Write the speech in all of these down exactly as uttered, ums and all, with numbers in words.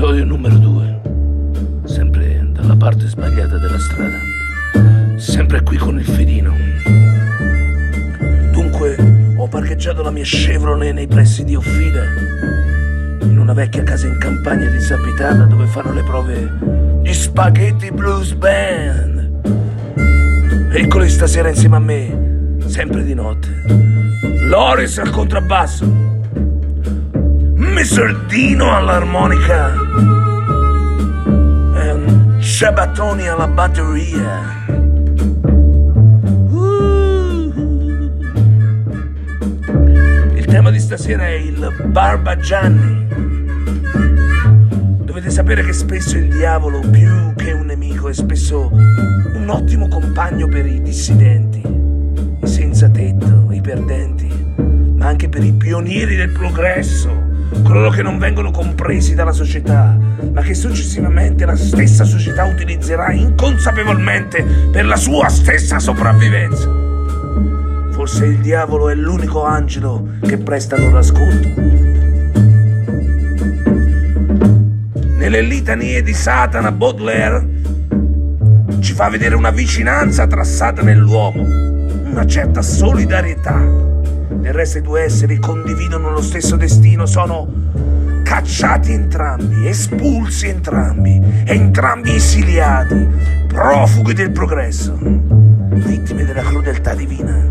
Episodio numero due. Sempre dalla parte sbagliata della strada. Sempre qui con il fedino. Dunque, ho parcheggiato la mia Chevrolet nei pressi di Offida, in una vecchia casa in campagna disabitata dove fanno le prove gli Spaghetti Blues Band. Eccoli stasera insieme a me, sempre di notte. Loris al contrabbasso, mister Dino all'armonica e un Ciabattoni alla batteria. Il tema di stasera è il Barbagianni. Dovete sapere che spesso il diavolo, più che un nemico, è spesso un ottimo compagno per i dissidenti, i senza tetto, i perdenti, ma anche per i pionieri del progresso, coloro che non vengono compresi dalla società, ma che successivamente la stessa società utilizzerà inconsapevolmente per la sua stessa sopravvivenza. Forse il diavolo è l'unico angelo che presta loro ascolto. Nelle litanie di Satana, Baudelaire ci fa vedere una vicinanza tra Satana e l'uomo, una certa solidarietà. Del resto i due esseri condividono lo stesso destino, sono cacciati entrambi, espulsi entrambi, entrambi esiliati, profughi del progresso, vittime della crudeltà divina.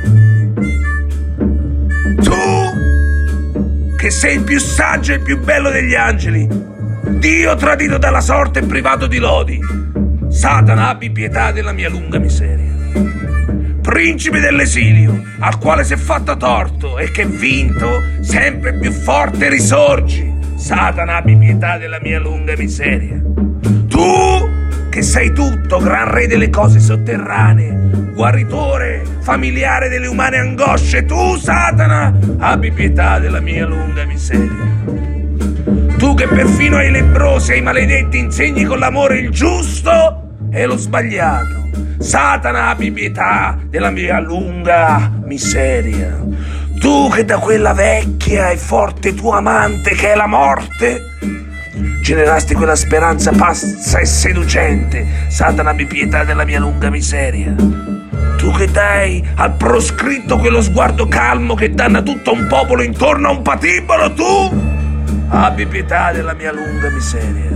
Tu, che sei il più saggio e il più bello degli angeli, Dio tradito dalla sorte e privato di lodi, Satana, abbi pietà della mia lunga miseria. Principe dell'esilio, al quale si è fatto torto e che vinto, sempre più forte risorgi, Satana, abbi pietà della mia lunga miseria. Tu, che sei tutto, gran re delle cose sotterranee, guaritore, familiare delle umane angosce, tu, Satana, abbi pietà della mia lunga miseria. Tu che perfino ai lebbrosi e ai maledetti insegni con l'amore il giusto e lo sbagliato, Satana, abbi pietà della mia lunga miseria. Tu che da quella vecchia e forte tua amante che è la morte generasti quella speranza pazza e seducente, Satana, abbi pietà della mia lunga miseria. Tu che dai al proscritto quello sguardo calmo che danna tutto un popolo intorno a un patibolo, tu abbi pietà della mia lunga miseria.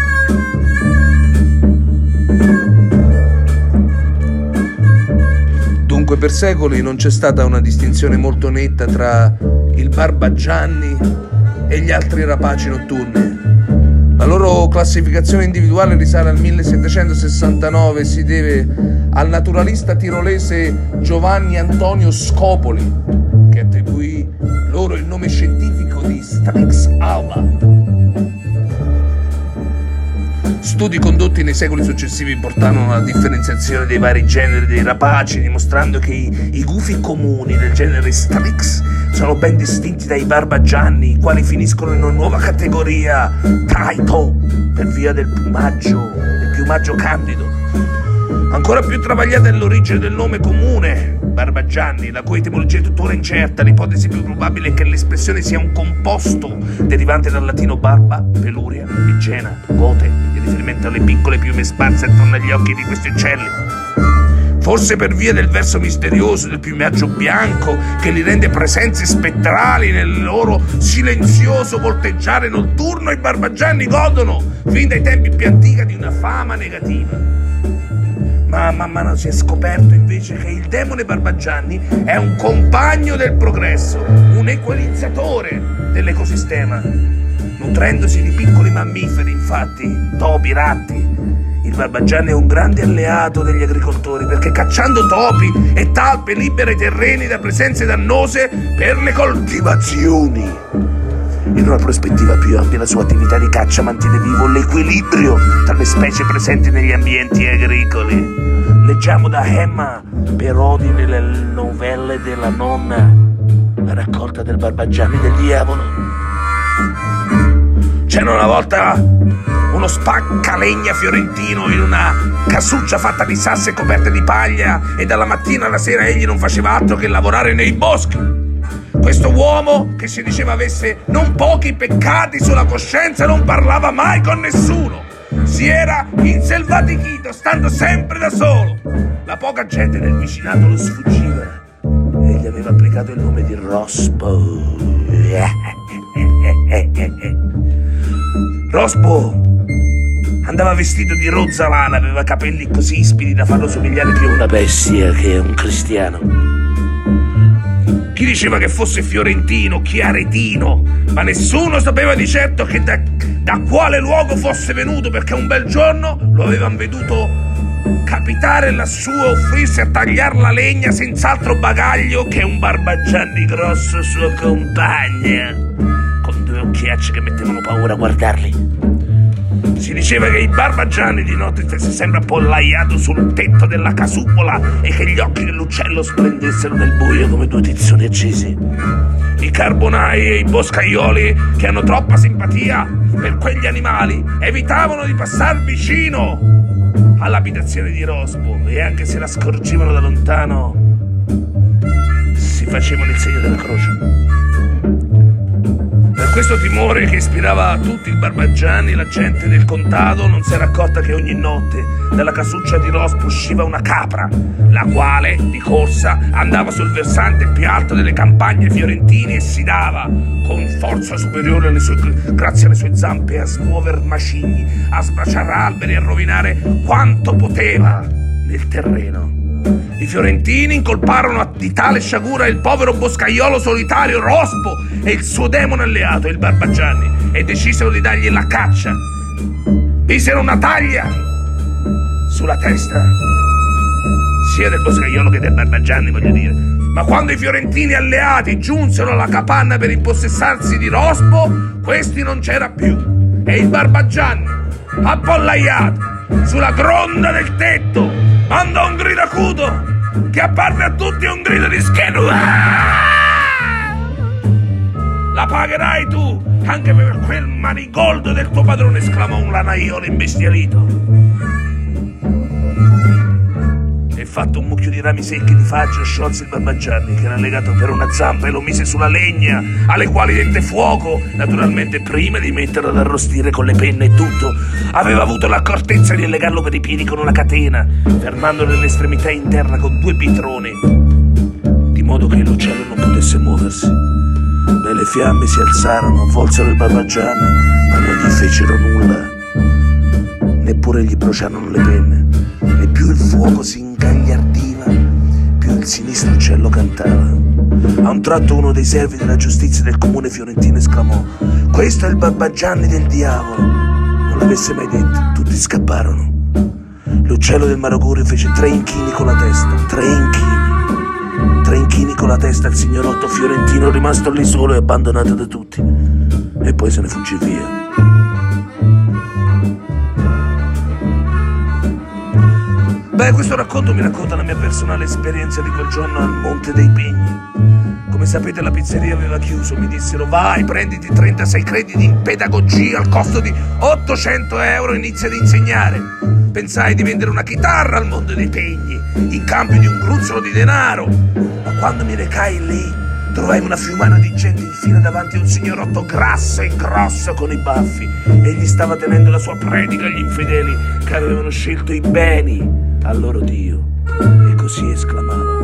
Dunque, per secoli non c'è stata una distinzione molto netta tra il Barbagianni e gli altri rapaci notturni. La loro classificazione individuale risale al millesettecentosessantanove e si deve al naturalista tirolese Giovanni Antonio Scopoli, che attribuì loro il nome scientifico di Strix alba. Studi condotti nei secoli successivi portarono alla differenziazione dei vari generi dei rapaci, dimostrando che i, i gufi comuni del genere Strix sono ben distinti dai Barbagianni, i quali finiscono in una nuova categoria, Taito, per via del piumaggio, del piumaggio candido. Ancora più travagliata è l'origine del nome comune, Barbagianni, la cui etimologia è tuttora incerta. L'ipotesi più probabile è che l'espressione sia un composto derivante dal latino barba, peluria, igiena, gote, in riferimento alle piccole piume sparse attorno agli occhi di questi uccelli. Forse per via del verso misterioso del piumaggio bianco che li rende presenze spettrali nel loro silenzioso volteggiare notturno, i Barbagianni godono, fin dai tempi più antichi, di una fama negativa. Ma man mano si è scoperto invece che il demone Barbagianni è un compagno del progresso, un equalizzatore dell'ecosistema. Nutrendosi di piccoli mammiferi, infatti, topi, ratti, il Barbagianni è un grande alleato degli agricoltori, perché cacciando topi e talpe libera i terreni da presenze dannose per le coltivazioni. In una prospettiva più ampia, la sua attività di caccia mantiene vivo l'equilibrio tra le specie presenti negli ambienti agricoli. Leggiamo da Emma Perodi nelle novelle della nonna la raccolta del Barbagianni del diavolo. C'era una volta uno spaccalegna fiorentino in una casuccia fatta di sassi e coperte di paglia, e dalla mattina alla sera egli non faceva altro che lavorare nei boschi. Questo uomo, che si diceva avesse non pochi peccati sulla coscienza, non parlava mai con nessuno. Si era inselvatichito, stando sempre da solo. La poca gente del vicinato lo sfuggiva e gli aveva applicato il nome di Rospo. Rospo andava vestito di rozzalana, aveva capelli così ispidi da farlo somigliare più a una bestia che a un cristiano. Chi diceva che fosse fiorentino, chi aretino, ma nessuno sapeva di certo che da, da quale luogo fosse venuto, perché un bel giorno lo avevano veduto capitare lassù e offrirsi a tagliar la legna senz'altro bagaglio che un Barbagianni grosso suo compagna, con due occhiacci che mettevano paura a guardarli. Si diceva che il Barbagianni di notte stesse sempre appollaiato sul tetto della casupola e che gli occhi dell'uccello splendessero nel buio come due tizzoni accesi. I carbonai e i boscaioli, che hanno troppa simpatia per quegli animali, evitavano di passar vicino all'abitazione di Rospo, e anche se la scorgevano da lontano si facevano il segno della croce. Per questo timore che ispirava a tutti il Barbagianni, la gente del contado non si era accorta che ogni notte dalla casuccia di Rospo usciva una capra, la quale di corsa andava sul versante più alto delle campagne fiorentine e si dava con forza superiore alle sue, grazie alle sue zampe, a smuover macigni, a sbracciare alberi e a rovinare quanto poteva nel terreno. I fiorentini incolparono di tale sciagura il povero boscaiolo solitario Rospo e il suo demone alleato, il Barbagianni, e decisero di dargli la caccia. Misero una taglia sulla testa, sia del boscaiolo che del Barbagianni, voglio dire. Ma quando i fiorentini alleati giunsero alla capanna per impossessarsi di Rospo, questi non c'era più, e il Barbagianni, appollaiato sulla gronda del tetto, mandò un grido acuto che apparve a tutti un grido di schiena. La pagherai tu anche per quel manigoldo del tuo padrone, esclamò un lanaiolo imbestialito. E fatto un mucchio di rami secchi di faggio, sciolse il Barbagianni, che era legato per una zampa, e lo mise sulla legna, alle quali dette fuoco, naturalmente prima di metterlo ad arrostire con le penne e tutto. Aveva avuto l'accortezza di legarlo per i piedi con una catena, fermandolo nell'estremità interna con due pitroni, di modo che l'uccello non potesse muoversi. Beh, le fiamme si alzarono, avvolsero il Barbagianni, ma non gli fecero nulla, neppure gli bruciarono le penne. E più il fuoco si ingagliardiva, più il sinistro uccello cantava. A un tratto uno dei servi della giustizia del comune fiorentino esclamò: questo è il Barbagianni del diavolo. Non l'avesse mai detto, tutti scapparono. L'uccello del Maragorio fece tre inchini con la testa, tre inchini, tre inchini con la testa al signorotto fiorentino, rimasto lì solo e abbandonato da tutti, e poi se ne fuggì via. Beh, questo racconto mi racconta la mia personale esperienza di quel giorno al Monte dei Pegni. Come sapete, la pizzeria aveva chiuso, mi dissero: vai, prenditi trentasei crediti in pedagogia al costo di ottocento euro e inizia ad insegnare. Pensai di vendere una chitarra al Monte dei Pegni in cambio di un gruzzolo di denaro, ma quando mi recai lì trovai una fiumana di gente in fila davanti a un signorotto grasso e grosso con i baffi. Egli stava tenendo la sua predica agli infedeli che avevano scelto i beni al loro Dio, e così esclamava: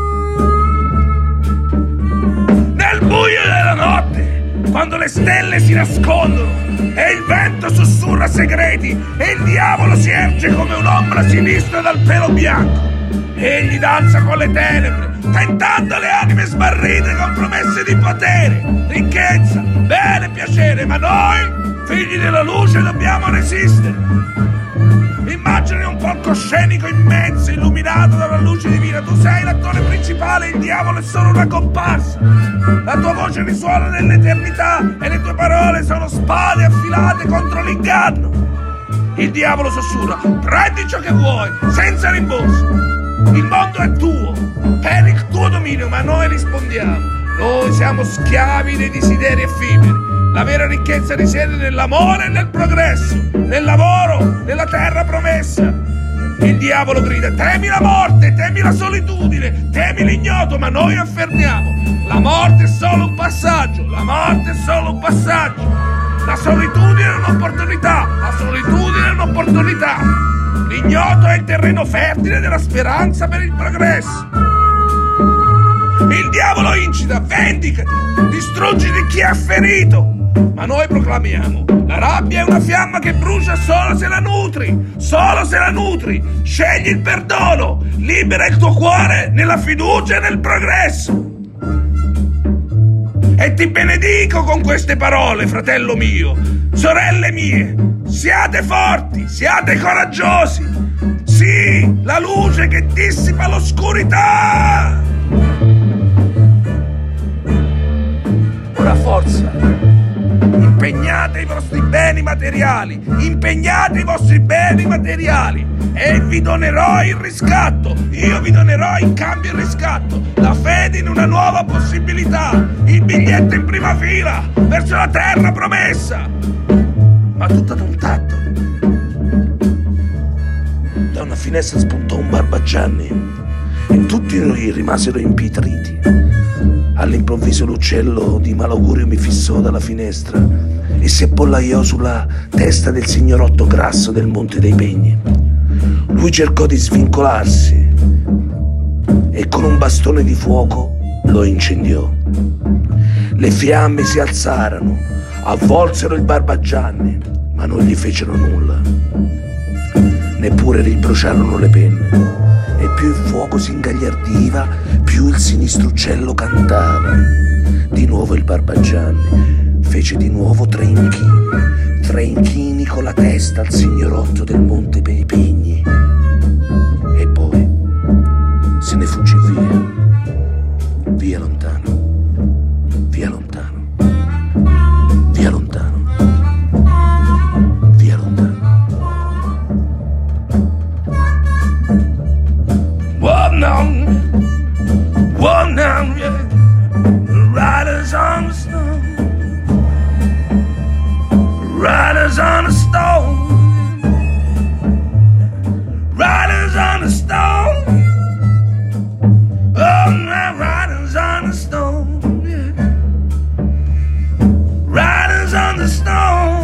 nel buio della notte, quando le stelle si nascondono e il vento sussurra segreti e il diavolo si erge come un'ombra sinistra dal pelo bianco, egli danza con le tenebre, tentando le anime smarrite con promesse di potere, ricchezza, bene e piacere, ma noi, figli della luce, dobbiamo resistere. Immagini un palcoscenico immenso, illuminato dalla luce divina. Tu sei l'attore principale, il diavolo è solo una comparsa. La tua voce risuona nell'eternità e le tue parole sono spade affilate contro l'inganno. Il diavolo sussurra: prendi ciò che vuoi, senza rimborso. Il mondo è tuo, per il tuo dominio, ma noi rispondiamo: noi siamo schiavi dei desideri effimeri. La vera ricchezza risiede nell'amore e nel progresso, nel lavoro, nella terra promessa. Il diavolo grida: temi la morte, temi la solitudine, temi l'ignoto, ma noi affermiamo: la morte è solo un passaggio, la morte è solo un passaggio. La solitudine è un'opportunità, la solitudine è un'opportunità. L'ignoto è il terreno fertile della speranza per il progresso. Il diavolo incita: vendicati, distruggiti chi ha ferito. Ma noi proclamiamo: la rabbia è una fiamma che brucia solo se la nutri, solo se la nutri. Scegli il perdono, libera il tuo cuore nella fiducia e nel progresso. E ti benedico con queste parole, fratello mio, sorelle mie: siate forti, siate coraggiosi. Sì, la luce che dissipa l'oscurità. Ora forza, impegnate i vostri beni materiali, impegnate i vostri beni materiali e vi donerò il riscatto. Io vi donerò in cambio il riscatto, la fede in una nuova possibilità, il biglietto in prima fila verso la terra promessa. Ma tutto ad un tratto, da una finestra spuntò un Barbagianni e tutti noi rimasero impietriti. All'improvviso l'uccello di malaugurio mi fissò dalla finestra e si appollaiò sulla testa del signorotto grasso del Monte dei Pegni. Lui cercò di svincolarsi e con un bastone di fuoco lo incendiò. Le fiamme si alzarono, avvolsero il Barbagianni, ma non gli fecero nulla. Neppure ribruciarono le penne. E più il fuoco si ingagliardiva, più il sinistro uccello cantava. Di nuovo il Barbagianni fece di nuovo tre inchini, tre inchini con la testa al signorotto del Monte dei Pegni. E poi se ne fuggì via, via lontano, via lontano, via lontano, via lontano. Whoa, now, whoa, now, yeah. Riders on the stone, riders on the stone, riders on the stone. Oh, now, riders on the stone, yeah. Riders on the stone.